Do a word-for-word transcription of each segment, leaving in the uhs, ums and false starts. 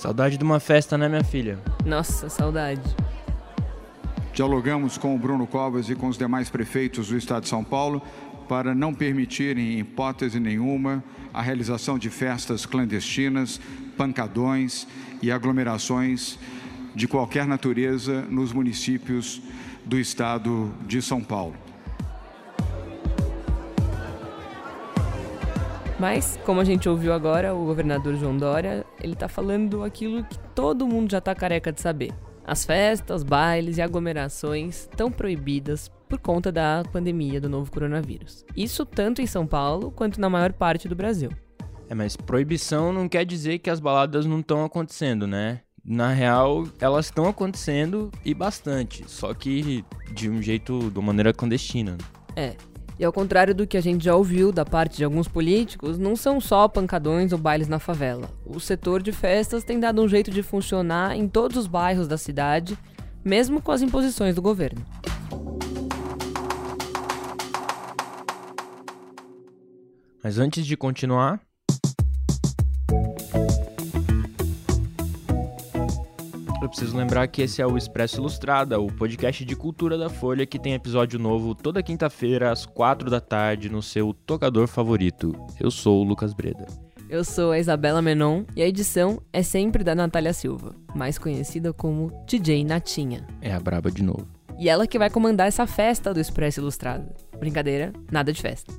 Saudade de uma festa, né, minha filha? Nossa, saudade. Dialogamos com o Bruno Covas e com os demais prefeitos do Estado de São Paulo para não permitirem, em hipótese nenhuma, a realização de festas clandestinas, pancadões e aglomerações de qualquer natureza nos municípios do Estado de São Paulo. Mas, como a gente ouviu agora, o governador João Dória, ele tá falando aquilo que todo mundo já tá careca de saber. As festas, bailes e aglomerações estão proibidas por conta da pandemia do novo coronavírus. Isso tanto em São Paulo quanto na maior parte do Brasil. É, mas proibição não quer dizer que as baladas não estão acontecendo, né? Na real, elas estão acontecendo e bastante, só que de um jeito, de uma maneira clandestina. É. E ao contrário do que a gente já ouviu da parte de alguns políticos, não são só pancadões ou bailes na favela. O setor de festas tem dado um jeito de funcionar em todos os bairros da cidade, mesmo com as imposições do governo. Mas antes de continuar, eu preciso lembrar que esse é o Expresso Ilustrada, o podcast de cultura da Folha, que tem episódio novo toda quinta-feira às quatro da tarde no seu tocador favorito. Eu sou o Lucas Breda. Eu sou a Isabela Menon e a edição é sempre da Natália Silva, mais conhecida como D J Natinha. É a braba de novo. E ela que vai comandar essa festa do Expresso Ilustrada. Brincadeira, nada de festa.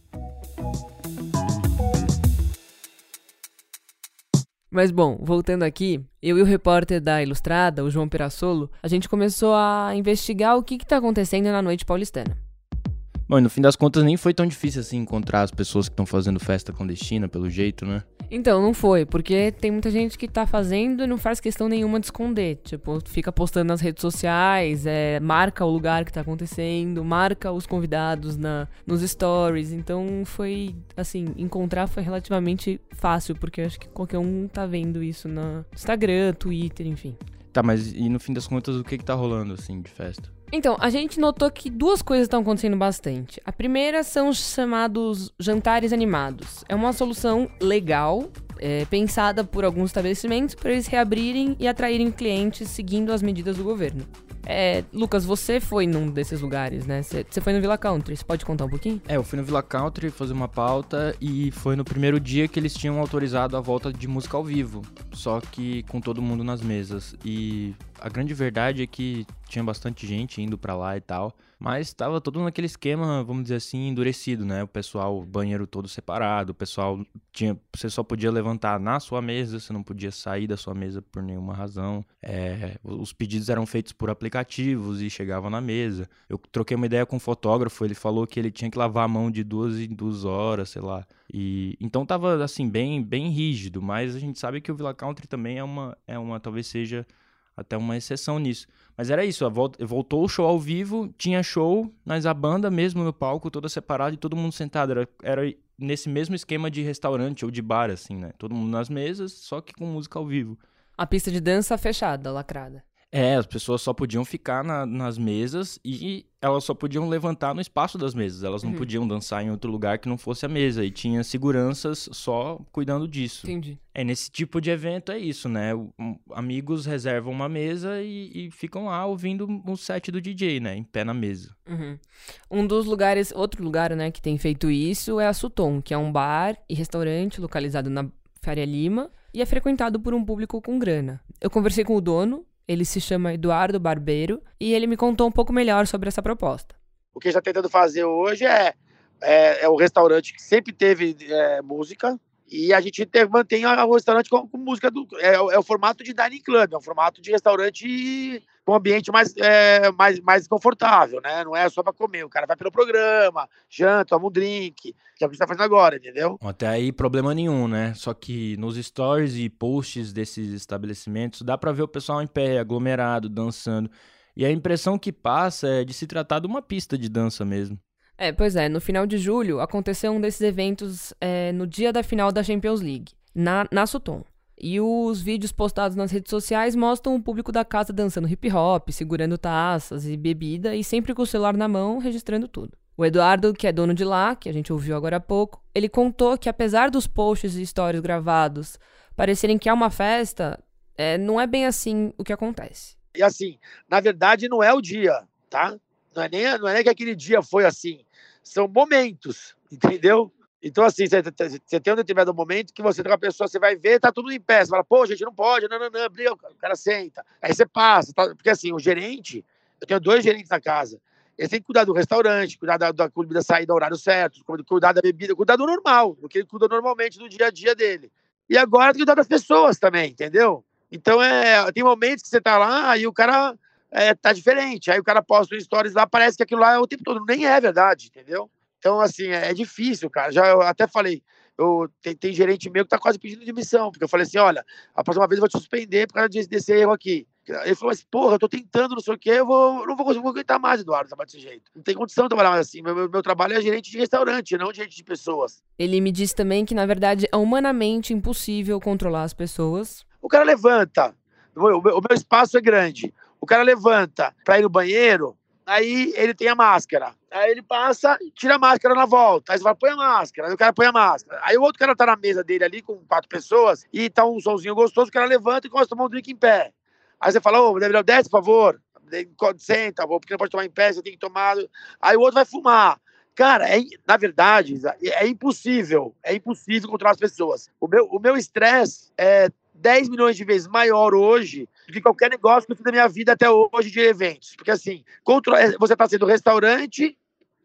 Mas bom, voltando aqui, eu e o repórter da Ilustrada, o João Perassolo, a gente começou a investigar o que está acontecendo na noite paulistana. Bom, e no fim das contas nem foi tão difícil assim encontrar as pessoas que estão fazendo festa clandestina, pelo jeito, né? Então, não foi, porque tem muita gente que tá fazendo e não faz questão nenhuma de esconder. Tipo, fica postando nas redes sociais, é, marca o lugar que tá acontecendo, marca os convidados na, nos stories. Então, foi, assim, encontrar foi relativamente fácil, porque acho que qualquer um tá vendo isso no Instagram, Twitter, enfim. Tá, mas e no fim das contas, o que que tá rolando, assim, de festa? Então, a gente notou que duas coisas estão acontecendo bastante. A primeira são os chamados jantares animados. É uma solução legal, é, pensada por alguns estabelecimentos para eles reabrirem e atraírem clientes seguindo as medidas do governo. É, Lucas, você foi num desses lugares, né? Você foi no Villa Country, você pode contar um pouquinho? É, eu fui no Villa Country fazer uma pauta e foi no primeiro dia que eles tinham autorizado a volta de música ao vivo, só que com todo mundo nas mesas. E a grande verdade é que tinha bastante gente indo pra lá e tal, mas tava todo naquele esquema, vamos dizer assim, endurecido, né? O pessoal, o banheiro todo separado, o pessoal tinha, você só podia levantar na sua mesa, você não podia sair da sua mesa por nenhuma razão. É, os pedidos eram feitos por aplicativos e chegavam na mesa. Eu troquei uma ideia com um fotógrafo, ele falou que ele tinha que lavar a mão de duas em duas horas, sei lá. E então tava assim bem, bem rígido, mas a gente sabe que o Villa Country também é uma, é uma talvez seja até uma exceção nisso. Mas era isso, a volta, voltou o show ao vivo, tinha show, mas a banda mesmo no palco, toda separada e todo mundo sentado. Era, era nesse mesmo esquema de restaurante ou de bar, assim, né? Todo mundo nas mesas, só que com música ao vivo. A pista de dança fechada, lacrada. É, as pessoas só podiam ficar na, nas mesas e elas só podiam levantar no espaço das mesas. Elas não uhum. podiam dançar em outro lugar que não fosse a mesa. E tinha seguranças só cuidando disso. Entendi. É, nesse tipo de evento é isso, né? Um, amigos reservam uma mesa e, e ficam lá ouvindo um set do D J, né? Em pé na mesa. Uhum. Um dos lugares, outro lugar, né, que tem feito isso é a Sutton, que é um bar e restaurante localizado na Faria Lima e é frequentado por um público com grana. Eu conversei com o dono. Ele se chama Eduardo Barbeiro e ele me contou um pouco melhor sobre essa proposta. O que a gente está tentando fazer hoje é, é, é o restaurante que sempre teve é, música e a gente teve, mantém o restaurante com, com música. Do, é, é o formato de dining club, é um formato de restaurante com ambiente mais, é, mais, mais confortável, né? Não é só para comer, o cara vai pelo programa, janta, toma um drink, que é o que a gente tá fazendo agora, entendeu? Até aí problema nenhum, né? Só que nos stories e posts desses estabelecimentos dá para ver o pessoal em pé, aglomerado, dançando. E a impressão que passa é de se tratar de uma pista de dança mesmo. É, pois é, no final de julho aconteceu um desses eventos é, no dia da final da Champions League, na, na Sutton. E os vídeos postados nas redes sociais mostram o público da casa dançando hip hop, segurando taças e bebida e sempre com o celular na mão, registrando tudo. O Eduardo, que é dono de lá, que a gente ouviu agora há pouco, ele contou que apesar dos posts e stories gravados parecerem que é uma festa, é, não é bem assim o que acontece. E assim, na verdade não é o dia, tá? Não é nem, não é nem que aquele dia foi assim. São momentos, entendeu? Então, assim, você, você tem um determinado momento que você tem uma pessoa, você vai ver, tá tudo em pé. Você fala, pô, gente, não pode, não, não, não, briga, o cara senta. Aí você passa, tá? Porque assim, o gerente, eu tenho dois gerentes na casa. Eles têm que cuidar do restaurante, cuidar da, da comida sair no horário certo, cuidar da bebida, cuidar do normal, do que ele cuida normalmente do dia a dia dele. E agora tem que cuidar das pessoas também, entendeu? Então, é, tem momentos que você tá lá e o cara é, tá diferente. Aí o cara posta um stories lá, parece que aquilo lá é o tempo todo. Nem é verdade, entendeu? Então, assim, é, é difícil, cara. Já eu até falei, eu, tem, tem gerente meu que tá quase pedindo demissão, porque eu falei assim, olha, a próxima vez eu vou te suspender por causa desse, desse erro aqui. Ele falou assim, porra, eu tô tentando, não sei o quê, eu vou, não vou conseguir aguentar mais, Eduardo, trabalhar desse jeito. Não tem condição de trabalhar mais assim. Meu, meu, meu trabalho é gerente de restaurante, não gerente de pessoas. Ele me disse também que, na verdade, é humanamente impossível controlar as pessoas. O cara levanta, o meu, o meu espaço é grande, o cara levanta pra ir no banheiro, aí ele tem a máscara. Aí ele passa e tira a máscara na volta. Aí você fala, põe a máscara. Aí o cara põe a máscara. Aí o outro cara tá na mesa dele ali com quatro pessoas e tá um solzinho gostoso, o cara levanta e começa a tomar um drink em pé. Aí você fala, ô, Gabriel, desce, por favor. Senta, porque não pode tomar em pé, você tem que tomar. Aí o outro vai fumar. Cara, é, na verdade, é impossível. É impossível controlar as pessoas. O meu o meu estresse é dez milhões de vezes maior hoje do que qualquer negócio que eu fiz na minha vida até hoje de eventos. Porque assim, você está sendo restaurante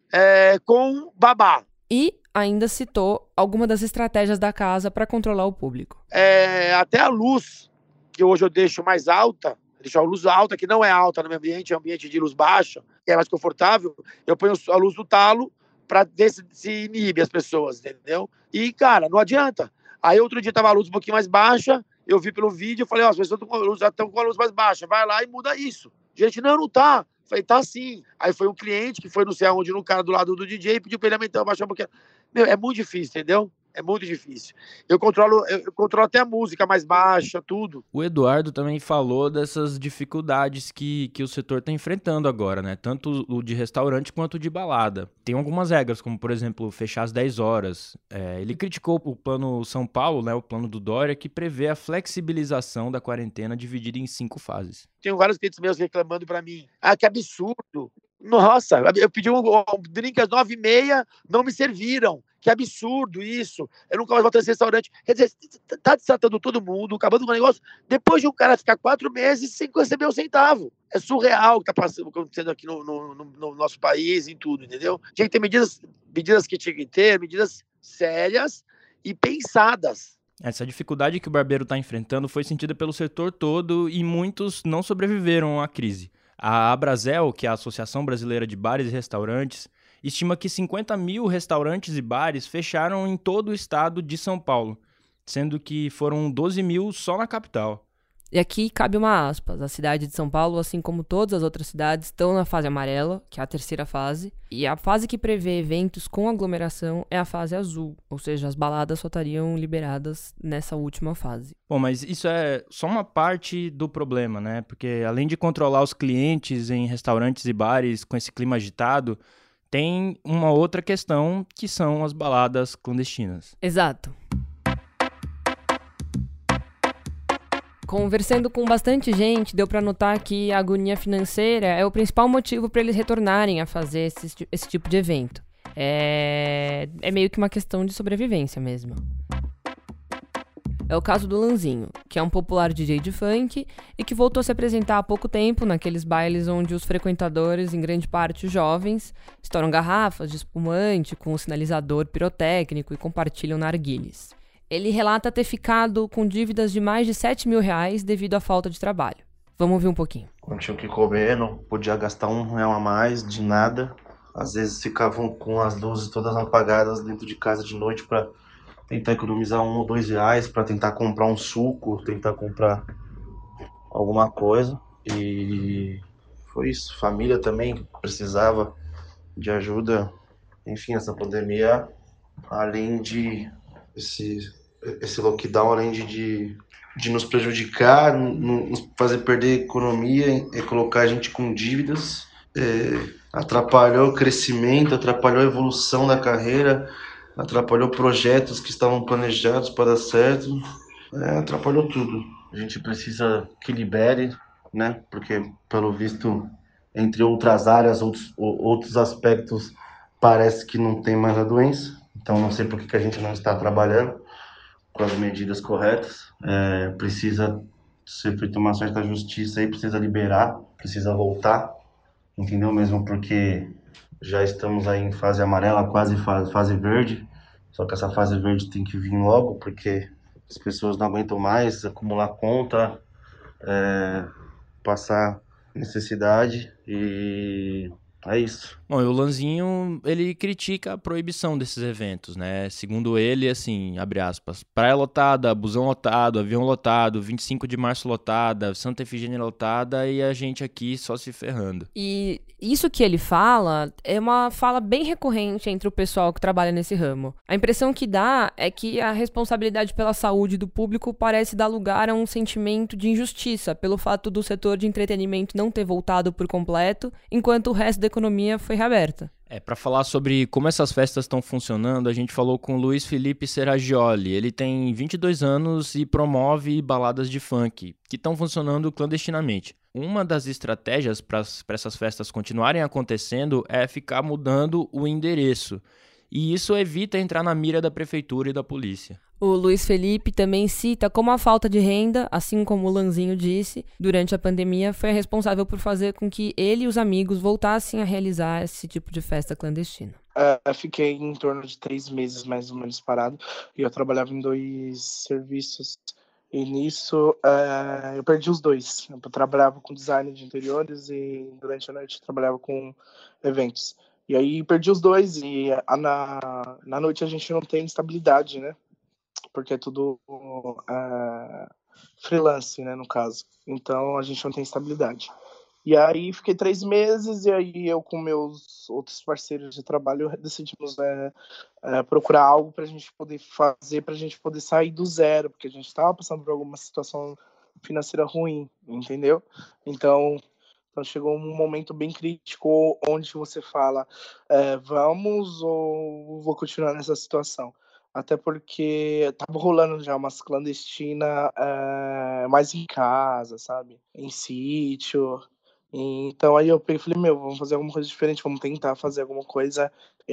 é, com babá. E ainda citou alguma das estratégias da casa para controlar o público. É, até a luz, que hoje eu deixo mais alta, deixo a luz alta, que não é alta no meu ambiente, é um ambiente de luz baixa, que é mais confortável, eu ponho a luz do talo para ver se, se inibe as pessoas, entendeu? E, cara, não adianta. Aí outro dia tava a luz um pouquinho mais baixa, eu vi pelo vídeo, eu falei, ó, oh, as pessoas já estão com a luz mais baixa, vai lá e muda isso. Gente, não, não tá. Falei, tá sim. Aí foi um cliente que foi não sei aonde, no cara do lado do D J, e pediu pra ele aumentar, baixar um pouquinho. Meu, é muito difícil, entendeu? É muito difícil. Eu controlo, eu controlo até a música mais baixa, tudo. O Eduardo também falou dessas dificuldades que, que o setor está enfrentando agora, né? Tanto o de restaurante quanto o de balada. Tem algumas regras, como, por exemplo, fechar às dez horas. É, ele criticou o plano São Paulo, né? O plano do Dória, que prevê a flexibilização da quarentena dividida em cinco fases. Tenho vários clientes meus reclamando para mim. Ah, que absurdo. Nossa, eu pedi um, um drink às nove e meia, não me serviram. Que absurdo isso. Eu nunca mais volto nesse restaurante. Quer dizer, tá desatando todo mundo, acabando com o negócio. Depois de um cara ficar quatro meses sem receber um centavo. É surreal o que tá passando, acontecendo aqui no, no, no, no nosso país, em tudo, entendeu? Tinha que ter medidas, medidas que tinha que ter, medidas sérias e pensadas. Essa dificuldade que o barbeiro está enfrentando foi sentida pelo setor todo e muitos não sobreviveram à crise. A Abrazel, que é a Associação Brasileira de Bares e Restaurantes, estima que cinquenta mil restaurantes e bares fecharam em todo o estado de São Paulo, sendo que foram doze mil só na capital. E aqui cabe uma aspas. A cidade de São Paulo, assim como todas as outras cidades, estão na fase amarela, que é a terceira fase. E a fase que prevê eventos com aglomeração é a fase azul. Ou seja, as baladas só estariam liberadas nessa última fase. Bom, mas isso é só uma parte do problema, né? Porque além de controlar os clientes em restaurantes e bares com esse clima agitado, tem uma outra questão que são as baladas clandestinas. Exato. Conversando com bastante gente, deu para notar que a agonia financeira é o principal motivo para eles retornarem a fazer esse, esse tipo de evento. É... é meio que uma questão de sobrevivência mesmo. É o caso do Lanzinho, que é um popular D J de funk e que voltou a se apresentar há pouco tempo naqueles bailes onde os frequentadores, em grande parte jovens, estouram garrafas de espumante com um sinalizador pirotécnico e compartilham narguilés. Ele relata ter ficado com dívidas de mais de sete mil reais devido à falta de trabalho. Vamos ouvir um pouquinho. Não tinha o que comer, não podia gastar um real a mais de nada. Às vezes ficavam com as luzes todas apagadas dentro de casa de noite para tentar economizar um ou dois reais, para tentar comprar um suco, tentar comprar alguma coisa. E foi isso. Família também precisava de ajuda. Enfim, essa pandemia, além de esse... esse lockdown, além de, de, de nos prejudicar, nos fazer perder economia, é colocar a gente com dívidas, é, atrapalhou o crescimento, atrapalhou a evolução da carreira, atrapalhou projetos que estavam planejados para dar certo. É, atrapalhou tudo. A gente precisa que libere, né? Porque, pelo visto, entre outras áreas, outros, outros aspectos, parece que não tem mais a doença. Então, não sei por que que a gente não está trabalhando com as medidas corretas. É, precisa ser feita uma certa justiça aí, precisa liberar, precisa voltar, entendeu? Mesmo porque já estamos aí em fase amarela, quase fase, fase verde. Só que essa fase verde tem que vir logo, porque as pessoas não aguentam mais acumular conta, é, passar necessidade e é isso. Bom, e o Lanzinho, ele critica a proibição desses eventos, né? Segundo ele, assim, abre aspas, praia lotada, busão lotado, avião lotado, vinte e cinco de março lotada, Santa Efigênia lotada e a gente aqui só se ferrando. E isso que ele fala é uma fala bem recorrente entre o pessoal que trabalha nesse ramo. A impressão que dá é que a responsabilidade pela saúde do público parece dar lugar a um sentimento de injustiça pelo fato do setor de entretenimento não ter voltado por completo, enquanto o resto da economia foi reaberta. É, para falar sobre como essas festas estão funcionando, a gente falou com o Luiz Felipe Serragioli. Ele tem vinte e dois anos e promove baladas de funk, que estão funcionando clandestinamente. Uma das estratégias para essas festas continuarem acontecendo é ficar mudando o endereço. E isso evita entrar na mira da prefeitura e da polícia. O Luiz Felipe também cita como a falta de renda, assim como o Lanzinho disse, durante a pandemia foi responsável por fazer com que ele e os amigos voltassem a realizar esse tipo de festa clandestina. Uh, fiquei em torno de três meses mais ou menos parado e eu trabalhava em dois serviços e nisso uh, eu perdi os dois. Eu trabalhava com design de interiores e durante a noite eu trabalhava com eventos. E aí perdi os dois e a, na, na noite a gente não tem estabilidade, né? Porque é tudo uh, freelance, né, no caso. Então, a gente não tem estabilidade. E aí, fiquei três meses e aí eu com meus outros parceiros de trabalho decidimos né, uh, procurar algo para a gente poder fazer, para a gente poder sair do zero, porque a gente estava passando por alguma situação financeira ruim, entendeu? Então, então chegou um momento bem crítico onde você fala, uh, vamos ou vou continuar nessa situação? Até porque tava rolando já umas clandestinas é, mais em casa, sabe? Em sítio. Então aí eu peguei e falei, meu, vamos fazer alguma coisa diferente, vamos tentar fazer alguma coisa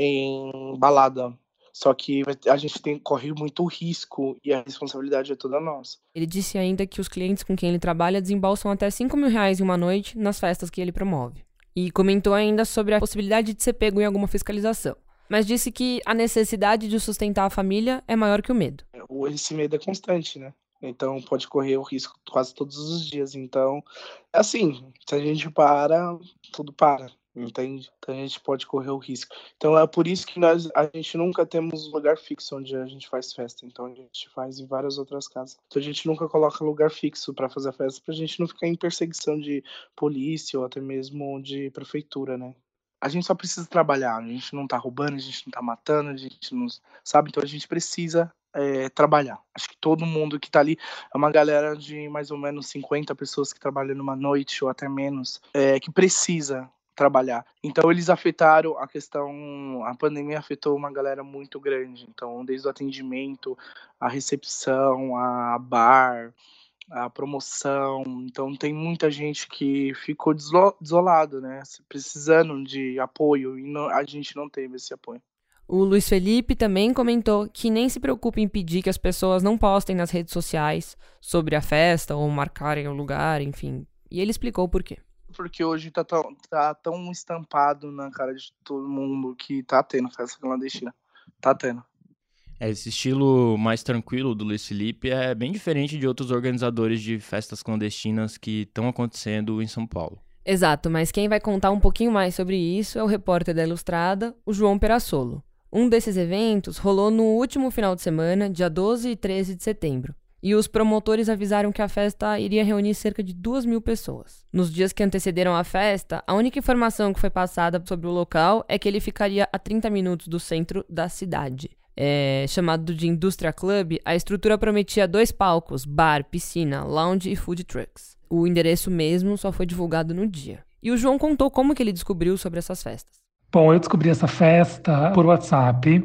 em balada. Só que a gente tem, corre muito risco e a responsabilidade é toda nossa. Ele disse ainda que os clientes com quem ele trabalha desembolsam até cinco mil reais em uma noite nas festas que ele promove. E comentou ainda sobre a possibilidade de ser pego em alguma fiscalização. Mas disse que a necessidade de sustentar a família é maior que o medo. Esse medo é constante, né? Então pode correr o risco quase todos os dias. Então, assim, se a gente para, tudo para, entende? Então a gente pode correr o risco. Então é por isso que nós, a gente nunca temos lugar fixo onde a gente faz festa. Então a gente faz em várias outras casas. Então a gente nunca coloca lugar fixo para fazer a festa, pra gente não ficar em perseguição de polícia ou até mesmo de prefeitura, né? A gente só precisa trabalhar, a gente não tá roubando, a gente não tá matando, a gente não sabe, então a gente precisa é, trabalhar. Acho que todo mundo que tá ali é uma galera de mais ou menos cinquenta pessoas que trabalham numa noite ou até menos, é, que precisa trabalhar. Então eles afetaram a questão, a pandemia afetou uma galera muito grande, então desde o atendimento, a recepção, a bar, a promoção, então tem muita gente que ficou desolado, né, precisando de apoio e não, a gente não teve esse apoio. O Luiz Felipe também comentou que nem se preocupa em pedir que as pessoas não postem nas redes sociais sobre a festa ou marcarem o lugar, enfim, e ele explicou por quê. Porque hoje tá tão, tá tão estampado na cara de todo mundo que tá tendo festa clandestina, tá tendo. Esse estilo mais tranquilo do Luiz Felipe é bem diferente de outros organizadores de festas clandestinas que estão acontecendo em São Paulo. Exato, mas quem vai contar um pouquinho mais sobre isso é o repórter da Ilustrada, o João Perassolo. Um desses eventos rolou no último final de semana, dia doze e treze de setembro. E os promotores avisaram que a festa iria reunir cerca de duas mil pessoas. Nos dias que antecederam a festa, a única informação que foi passada sobre o local é que ele ficaria a trinta minutos do centro da cidade. É, chamado de Indústria Club, a estrutura prometia dois palcos, bar, piscina, lounge e food trucks. O endereço mesmo só foi divulgado no dia. E o João contou como que ele descobriu sobre essas festas. Bom, eu descobri essa festa por WhatsApp,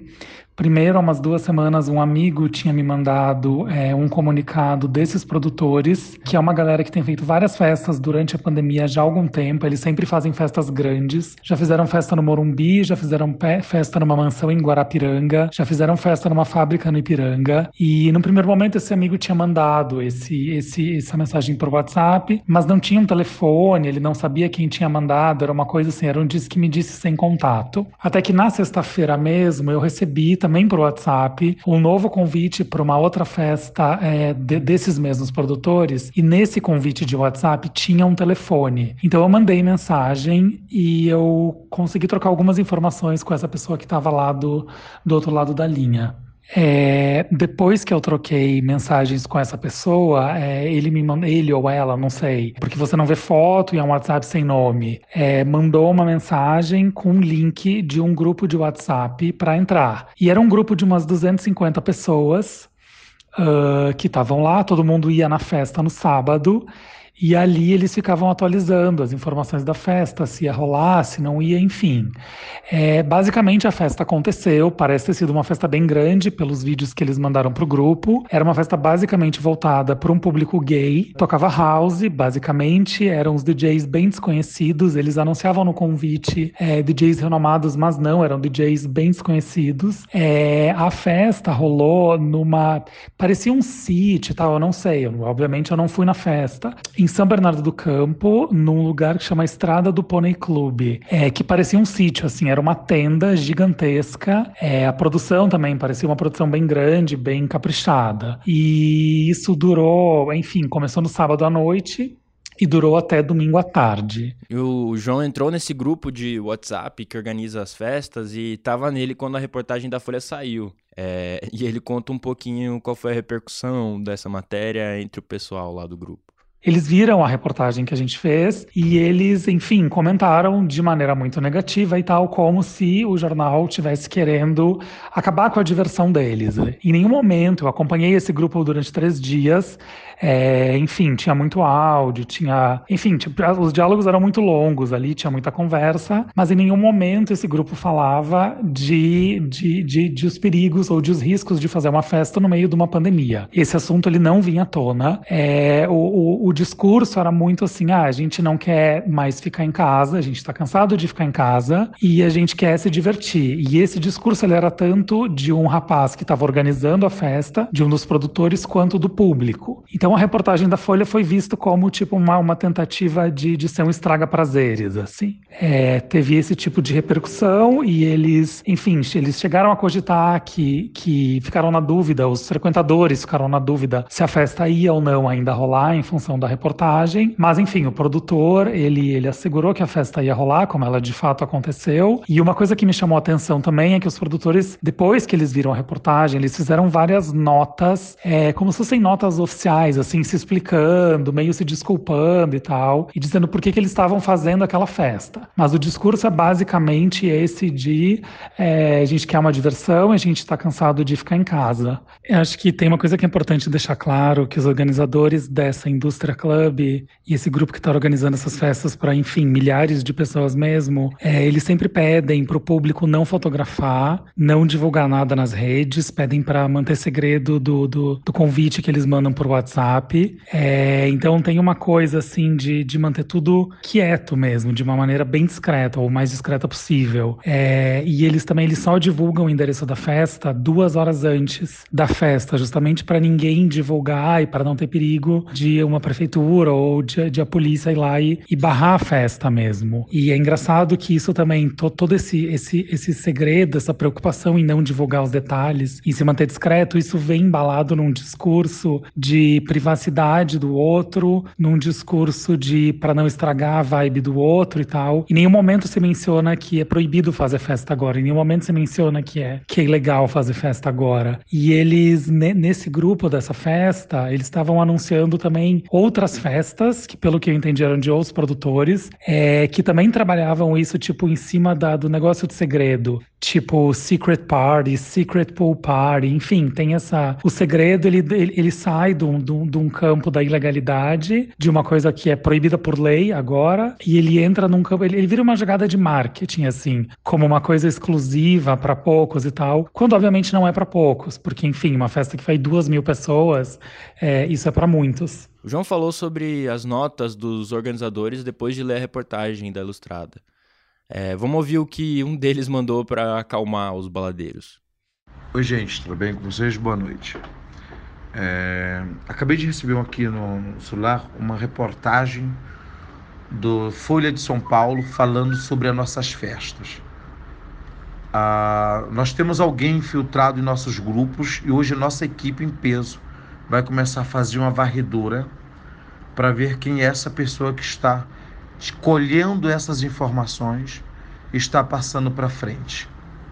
Primeiro, há umas duas semanas, um amigo tinha me mandado é, um comunicado desses produtores, que é uma galera que tem feito várias festas durante a pandemia já há algum tempo. Eles sempre fazem festas grandes. Já fizeram festa no Morumbi, já fizeram festa numa mansão em Guarapiranga, já fizeram festa numa fábrica no Ipiranga. E no primeiro momento, esse amigo tinha mandado esse, esse, essa mensagem por WhatsApp, mas não tinha um telefone, ele não sabia quem tinha mandado, era uma coisa assim, era um disque que me disse sem contato. Até que na sexta-feira mesmo, eu recebi também por WhatsApp um novo convite para uma outra festa é, de, desses mesmos produtores, e nesse convite de WhatsApp tinha um telefone. Então eu mandei mensagem e eu consegui trocar algumas informações com essa pessoa que estava lá do, do outro lado da linha. É, depois que eu troquei mensagens com essa pessoa, é, ele me mandou, ele ou ela, não sei, porque você não vê foto e é um WhatsApp sem nome, é, mandou uma mensagem com um link de um grupo de WhatsApp para entrar. E era um grupo de umas duzentas e cinquenta pessoas uh, que estavam lá, todo mundo ia na festa no sábado. E ali eles ficavam atualizando as informações da festa, se ia rolar, se não ia, enfim. É, basicamente a festa aconteceu, parece ter sido uma festa bem grande pelos vídeos que eles mandaram pro grupo. Era uma festa basicamente voltada para um público gay, tocava house, basicamente, eram os D Js bem desconhecidos, eles anunciavam no convite é, D Js renomados, mas não, eram D Js bem desconhecidos. É, a festa rolou numa... parecia um sítio e tal, eu não sei, eu, obviamente eu não fui na festa. Em São Bernardo do Campo, num lugar que chama Estrada do Pônei Clube, é, que parecia um sítio, assim, era uma tenda gigantesca, é, a produção também parecia uma produção bem grande, bem caprichada, e isso durou, enfim, começou no sábado à noite e durou até domingo à tarde. O João entrou nesse grupo de WhatsApp que organiza as festas e estava nele quando a reportagem da Folha saiu. É, e ele conta um pouquinho qual foi a repercussão dessa matéria entre o pessoal lá do grupo. Eles viram a reportagem que a gente fez e eles, enfim, comentaram de maneira muito negativa e tal, como se o jornal estivesse querendo acabar com a diversão deles. Em nenhum momento, eu acompanhei esse grupo durante três dias, é, enfim, tinha muito áudio, tinha... Enfim, tipo, os diálogos eram muito longos ali, tinha muita conversa, mas em nenhum momento esse grupo falava de, de, de, de os perigos ou de os riscos de fazer uma festa no meio de uma pandemia. Esse assunto, ele não vinha à tona. É, o, o, o discurso era muito assim, ah, a gente não quer mais ficar em casa, a gente está cansado de ficar em casa e a gente quer se divertir. E esse discurso, ele era tanto de um rapaz que estava organizando a festa, de um dos produtores, quanto do público. Então a reportagem da Folha foi vista como tipo uma, uma tentativa de, de ser um estraga-prazeres, assim. É, teve esse tipo de repercussão e eles, enfim, eles chegaram a cogitar que, que ficaram na dúvida, os frequentadores ficaram na dúvida se a festa ia ou não ainda rolar em função da reportagem, mas enfim, o produtor, ele, ele assegurou que a festa ia rolar, como ela de fato aconteceu. E uma coisa que me chamou a atenção também é que os produtores, depois que eles viram a reportagem, eles fizeram várias notas, é, como se fossem notas oficiais, assim, se explicando, meio se desculpando e tal, e dizendo por que que eles estavam fazendo aquela festa. Mas o discurso é basicamente esse de é, a gente quer uma diversão, a gente está cansado de ficar em casa. Eu acho que tem uma coisa que é importante deixar claro, que os organizadores dessa indústria club e esse grupo que está organizando essas festas para, enfim, milhares de pessoas mesmo, é, eles sempre pedem para o público não fotografar, não divulgar nada nas redes, pedem para manter segredo do, do, do convite que eles mandam por WhatsApp. É, então tem uma coisa assim de, de manter tudo quieto mesmo, de uma maneira bem discreta, ou o mais discreta possível. É, e eles também eles só divulgam o endereço da festa duas horas antes da festa, justamente para ninguém divulgar e para não ter perigo de uma prefeitura ou de, de a polícia ir lá e, e barrar a festa mesmo. E é engraçado que isso também, to, todo esse, esse, esse segredo, essa preocupação em não divulgar os detalhes, em se manter discreto, isso vem embalado num discurso de privacidade do outro, num discurso de para não estragar a vibe do outro e tal. Em nenhum momento se menciona que é proibido fazer festa agora, em nenhum momento se menciona que é, que é ilegal fazer festa agora. E eles, ne, nesse grupo dessa festa, eles estavam anunciando também outros outras festas, que pelo que eu entendi eram de outros produtores, é, que também trabalhavam isso, tipo, em cima da, do negócio de segredo. Tipo, secret party, secret pool party, enfim, tem essa... O segredo, ele, ele, ele sai de um, de, um, de um campo da ilegalidade, de uma coisa que é proibida por lei agora, e ele entra num campo... Ele, ele vira uma jogada de marketing, assim, como uma coisa exclusiva para poucos e tal, quando obviamente não é para poucos, porque, enfim, uma festa que vai duas mil pessoas, é, isso é para muitos. O João falou sobre as notas dos organizadores depois de ler a reportagem da Ilustrada. É, vamos ouvir o que um deles mandou para acalmar os baladeiros. Oi, gente, tudo bem com vocês? Boa noite. É, acabei de receber aqui no celular uma reportagem do Folha de São Paulo falando sobre as nossas festas. Ah, nós temos alguém infiltrado em nossos grupos e hoje a nossa equipe em peso vai começar a fazer uma varredura para ver quem é essa pessoa que está escolhendo essas informações e está passando para frente.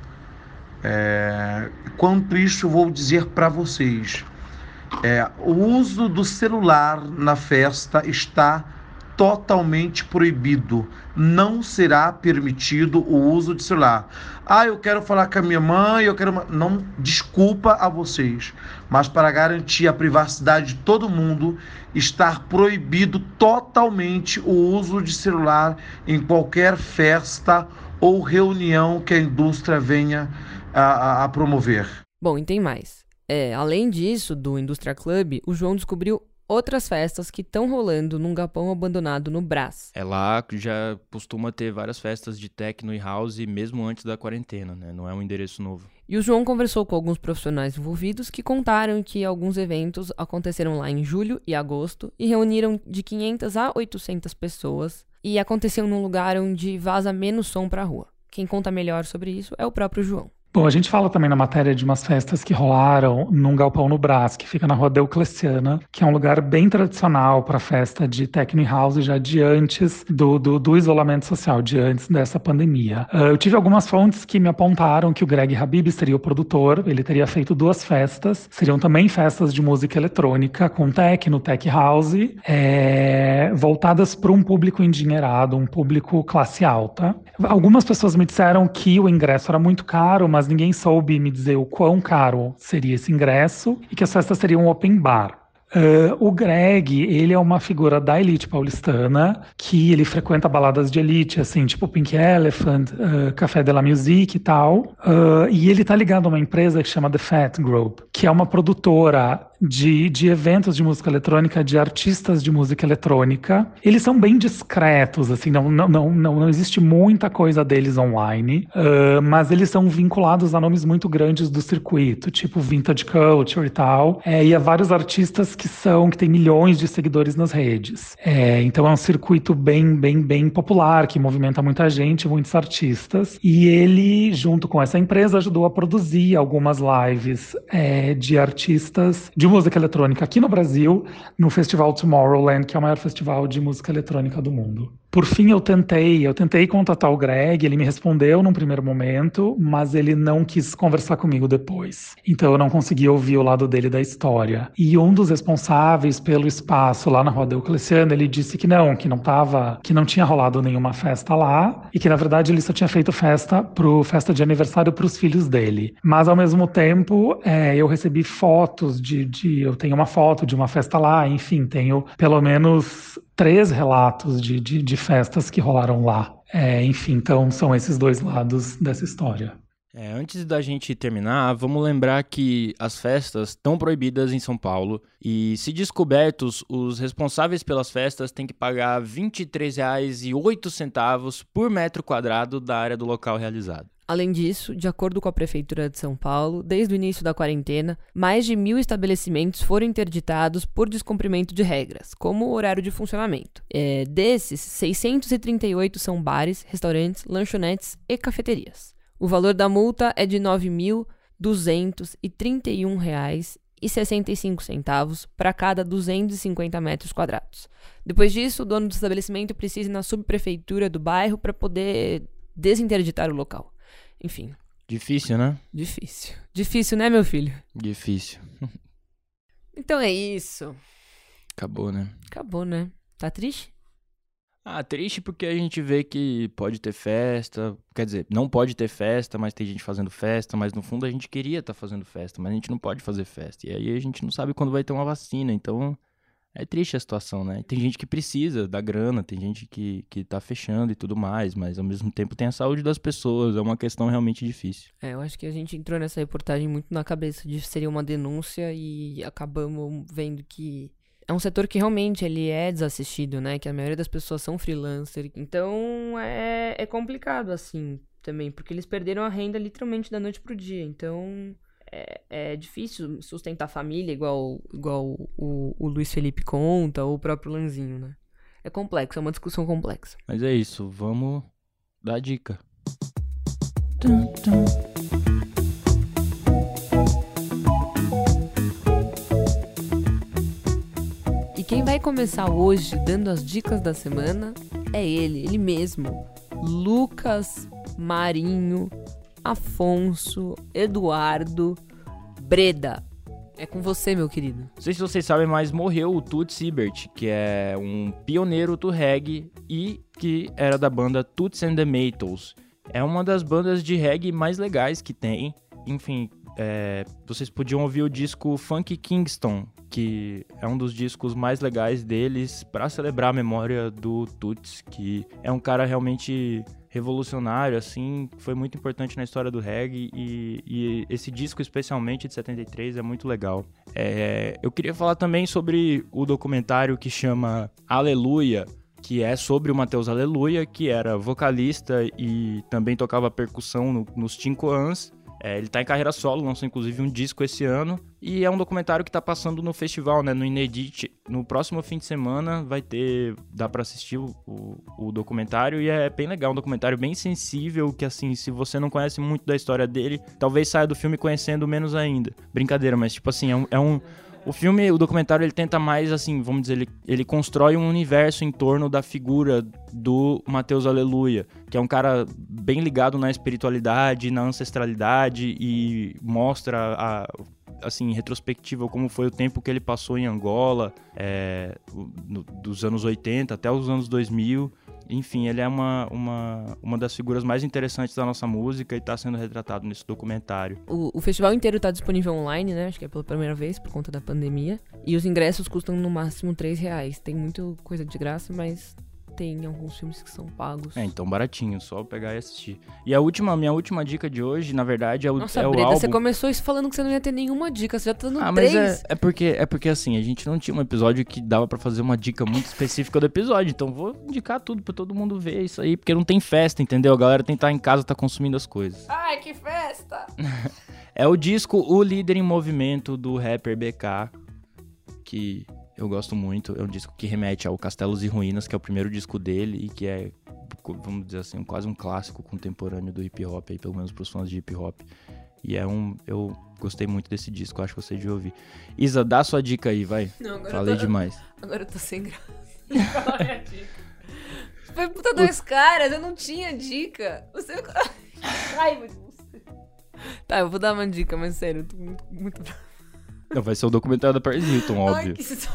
É, quanto isso, eu vou dizer para vocês, é, o uso do celular na festa está totalmente proibido. Não será permitido o uso de celular. Ah, eu quero falar com a minha mãe, eu quero... Não, desculpa a vocês, mas para garantir a privacidade de todo mundo, está proibido totalmente o uso de celular em qualquer festa ou reunião que a indústria venha a, a, a promover. Bom, e tem mais. É, além disso, do Indústria Club, o João descobriu outras festas que estão rolando num galpão abandonado no Brás. É lá que já costuma ter várias festas de techno e house mesmo antes da quarentena, né? Não é um endereço novo. E o João conversou com alguns profissionais envolvidos que contaram que alguns eventos aconteceram lá em julho e agosto e reuniram de quinhentas a oitocentas pessoas e aconteciam num lugar onde vaza menos som pra rua. Quem conta melhor sobre isso é o próprio João. Bom, a gente fala também na matéria de umas festas que rolaram num galpão no Brás, que fica na Rua Diocleciana, que é um lugar bem tradicional para festa de techno e house já de antes do, do, do isolamento social, de antes dessa pandemia. Uh, eu tive algumas fontes que me apontaram que o Greg Habib seria o produtor, ele teria feito duas festas, seriam também festas de música eletrônica, com techno, tech house, é, voltadas para um público endinheirado, um público classe alta. Algumas pessoas me disseram que o ingresso era muito caro, mas ninguém soube me dizer o quão caro seria esse ingresso e que as festas seriam um open bar. Uh, o Greg, ele é uma figura da elite paulistana, que ele frequenta baladas de elite, assim, tipo Pink Elephant, uh, Café de la Musique e tal, uh, e ele tá ligado a uma empresa que chama The Fat Group, que é uma produtora de, de eventos de música eletrônica, de artistas de música eletrônica. Eles são bem discretos, assim, não, não, não, não, não existe muita coisa deles online, uh, mas eles são vinculados a nomes muito grandes do circuito, tipo Vintage Culture e tal, é, e a vários artistas que são, que tem milhões de seguidores nas redes. É, então é um circuito bem, bem, bem popular, que movimenta muita gente, muitos artistas. E ele, junto com essa empresa, ajudou a produzir algumas lives é, de artistas de música eletrônica aqui no Brasil, no Festival Tomorrowland, que é o maior festival de música eletrônica do mundo. Por fim, eu tentei, eu tentei contatar o Greg, ele me respondeu num primeiro momento, mas ele não quis conversar comigo depois. Então eu não consegui ouvir o lado dele da história. E um dos responsáveis pelo espaço lá na Rua Diocleciana, ele disse que não, que não tava, que não tinha rolado nenhuma festa lá, e que na verdade ele só tinha feito festa pro festa de aniversário para os filhos dele. Mas ao mesmo tempo, é, eu recebi fotos de, de, eu tenho uma foto de uma festa lá, enfim, tenho pelo menos três relatos de, de, de festas que rolaram lá. É, enfim, então são esses dois lados dessa história. É, antes da gente terminar, vamos lembrar que as festas estão proibidas em São Paulo e, se descobertos, os responsáveis pelas festas têm que pagar vinte e três reais e oito centavos por metro quadrado da área do local realizado. Além disso, de acordo com a Prefeitura de São Paulo, desde o início da quarentena, mais de mil estabelecimentos foram interditados por descumprimento de regras, como o horário de funcionamento. É, desses, seiscentos e trinta e oito são bares, restaurantes, lanchonetes e cafeterias. O valor da multa é de nove mil duzentos e trinta e um reais e sessenta e cinco centavos para cada duzentos e cinquenta metros quadrados. Depois disso, o dono do estabelecimento precisa ir na subprefeitura do bairro para poder desinterditar o local. Enfim. Difícil, né? Difícil. Difícil, né, meu filho? Difícil. Então é isso. Acabou, né? Acabou, né? Tá triste? Ah, triste porque a gente vê que pode ter festa, quer dizer, não pode ter festa, mas tem gente fazendo festa, mas no fundo a gente queria estar fazendo festa, mas a gente não pode fazer festa. E aí a gente não sabe quando vai ter uma vacina, então é triste a situação, né? Tem gente que precisa da grana, tem gente que, que tá fechando e tudo mais, mas ao mesmo tempo tem a saúde das pessoas, é uma questão realmente difícil. É, eu acho que a gente entrou nessa reportagem muito na cabeça de seria uma denúncia e acabamos vendo que é um setor que realmente ele é desassistido, né? Que a maioria das pessoas são freelancer. Então é, é complicado, assim, também. Porque eles perderam a renda literalmente da noite pro dia. Então é, é difícil sustentar a família, igual, igual o, o Luiz Felipe conta, ou o próprio Lanzinho, né? É complexo, é uma discussão complexa. Mas é isso, vamos dar a dica. Tum, tum. Quem vai começar hoje dando as dicas da semana é ele, ele mesmo. Lucas Marinho Afonso Eduardo Breda. É com você, meu querido. Não sei se vocês sabem, mas morreu o Toots Hibbert, que é um pioneiro do reggae e que era da banda Toots and the Maytals. É uma das bandas de reggae mais legais que tem. Enfim, é, vocês podiam ouvir o disco Funk Kingston, que é um dos discos mais legais deles para celebrar a memória do Toots, que é um cara realmente revolucionário, assim, foi muito importante na história do reggae e, e esse disco, especialmente de setenta e três, é muito legal. É, eu queria falar também sobre o documentário que chama Aleluia, que é sobre o Matheus Aleluia, que era vocalista e também tocava percussão no, nos Cinco Ans. É, ele tá em carreira solo, lançou inclusive um disco esse ano. E é um documentário que tá passando no festival, né? No Inedit. No próximo fim de semana vai ter... Dá pra assistir o, o, o documentário. E é bem legal, um documentário bem sensível. Que assim, se você não conhece muito da história dele, talvez saia do filme conhecendo menos ainda. Brincadeira, mas tipo assim, é um... É um o filme, o documentário, ele tenta mais, assim, vamos dizer, ele, ele constrói um universo em torno da figura do Matheus Aleluia, que é um cara bem ligado na espiritualidade, na ancestralidade e mostra, a, assim, em retrospectiva, como foi o tempo que ele passou em Angola, é, no, dos anos oitenta até os anos dois mil. Enfim, ele é uma, uma, uma das figuras mais interessantes da nossa música e está sendo retratado nesse documentário. O, o festival inteiro está disponível online, né? Acho que é pela primeira vez, por conta da pandemia. E os ingressos custam no máximo três reais. Tem muita coisa de graça, mas tem alguns filmes que são pagos. É, então baratinho, só pegar e assistir. E a última, minha última dica de hoje, na verdade, é o, Nossa, é o Breda, álbum... você começou isso falando que você não ia ter nenhuma dica, você já tá no ah, três. Mas é, é, porque, é porque, assim, a gente não tinha um episódio que dava pra fazer uma dica muito específica do episódio, então vou indicar tudo pra todo mundo ver isso aí, porque não tem festa, entendeu? A galera tem que estar em casa, tá consumindo as coisas. Ai, que festa! É o disco O Líder em Movimento, do rapper B K, que... eu gosto muito, é um disco que remete ao Castelos e Ruínas, que é o primeiro disco dele e que é, vamos dizer assim, quase um clássico contemporâneo do hip hop, aí, pelo menos pros fãs de hip hop. E é um, eu gostei muito desse disco, acho que você devia ouvir. Isa, dá sua dica aí, vai. Não, agora Falei eu tô, demais. Agora eu tô sem graça. Qual é a dica? Foi puta dois caras, eu não tinha dica. Você... Raiva de você. Tá, eu vou dar uma dica, mas sério, eu tô muito... muito... Não, vai ser o documentário da Paris Hilton, óbvio. Ai, que saco.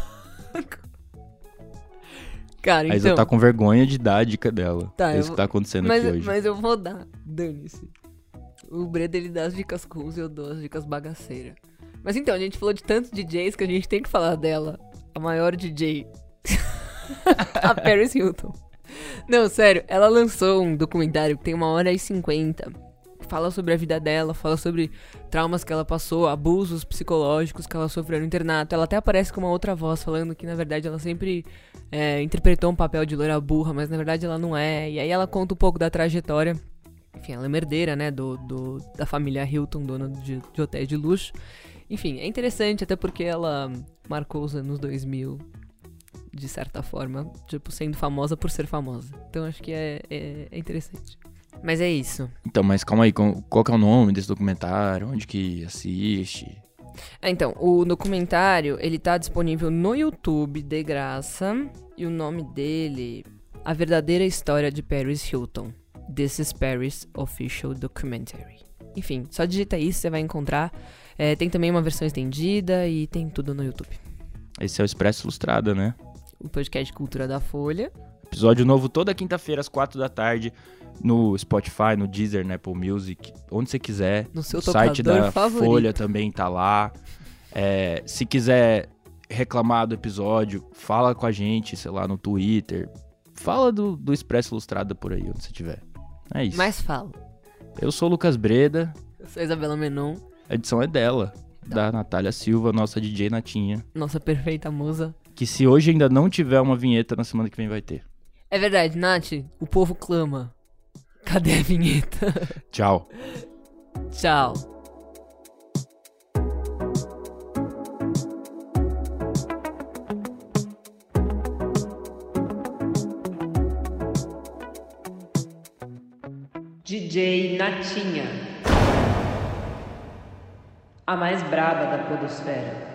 Cara, a Isa então... tá com vergonha de dar a dica dela. Tá, é isso vou... que tá acontecendo mas, aqui hoje. Mas eu vou dar, dane-se. O Breda, ele dá as dicas cools e eu dou as dicas bagaceiras. Mas então, a gente falou de tantos D Js que a gente tem que falar dela. A maior D J. A Paris Hilton. Não, sério, ela lançou um documentário que tem uma hora e cinquenta. Fala sobre a vida dela, fala sobre traumas que ela passou, abusos psicológicos que ela sofreu no internato. Ela até aparece com uma outra voz falando que, na verdade, ela sempre é, interpretou um papel de loira burra, mas, na verdade, ela não é. E aí ela conta um pouco da trajetória. Enfim, ela é uma herdeira, né, do, do, da família Hilton, dona de, de hotéis de luxo. Enfim, é interessante, até porque ela marcou os anos dois mil, de certa forma, tipo, sendo famosa por ser famosa. Então, acho que é, é, é interessante. Mas é isso. Então, mas calma aí, qual que é o nome desse documentário? Onde que assiste? É, então, o documentário, ele tá disponível no YouTube, de graça. E o nome dele, A Verdadeira História de Paris Hilton. This is Paris Official Documentary. Enfim, só digita isso, você vai encontrar. É, tem também uma versão estendida e tem tudo no YouTube. Esse é o Expresso Ilustrada, né? O podcast Cultura da Folha. Episódio novo toda quinta-feira às quatro da tarde no Spotify, no Deezer, na Apple Music, onde você quiser. No seu o site da favorito. Folha também tá lá. É, se quiser reclamar do episódio, fala com a gente, sei lá, no Twitter. Fala do, do Expresso Ilustrada por aí, onde você estiver. É isso. Mas fala. Eu sou o Lucas Breda. Eu sou a Isabela Menon. A edição é dela, então. Da Natália Silva, nossa D J Natinha. Nossa perfeita musa. Que se hoje ainda não tiver uma vinheta, na semana que vem vai ter. É verdade, Nath, o povo clama. Cadê a vinheta? Tchau. Tchau. D J Natinha, a mais braba da podosfera.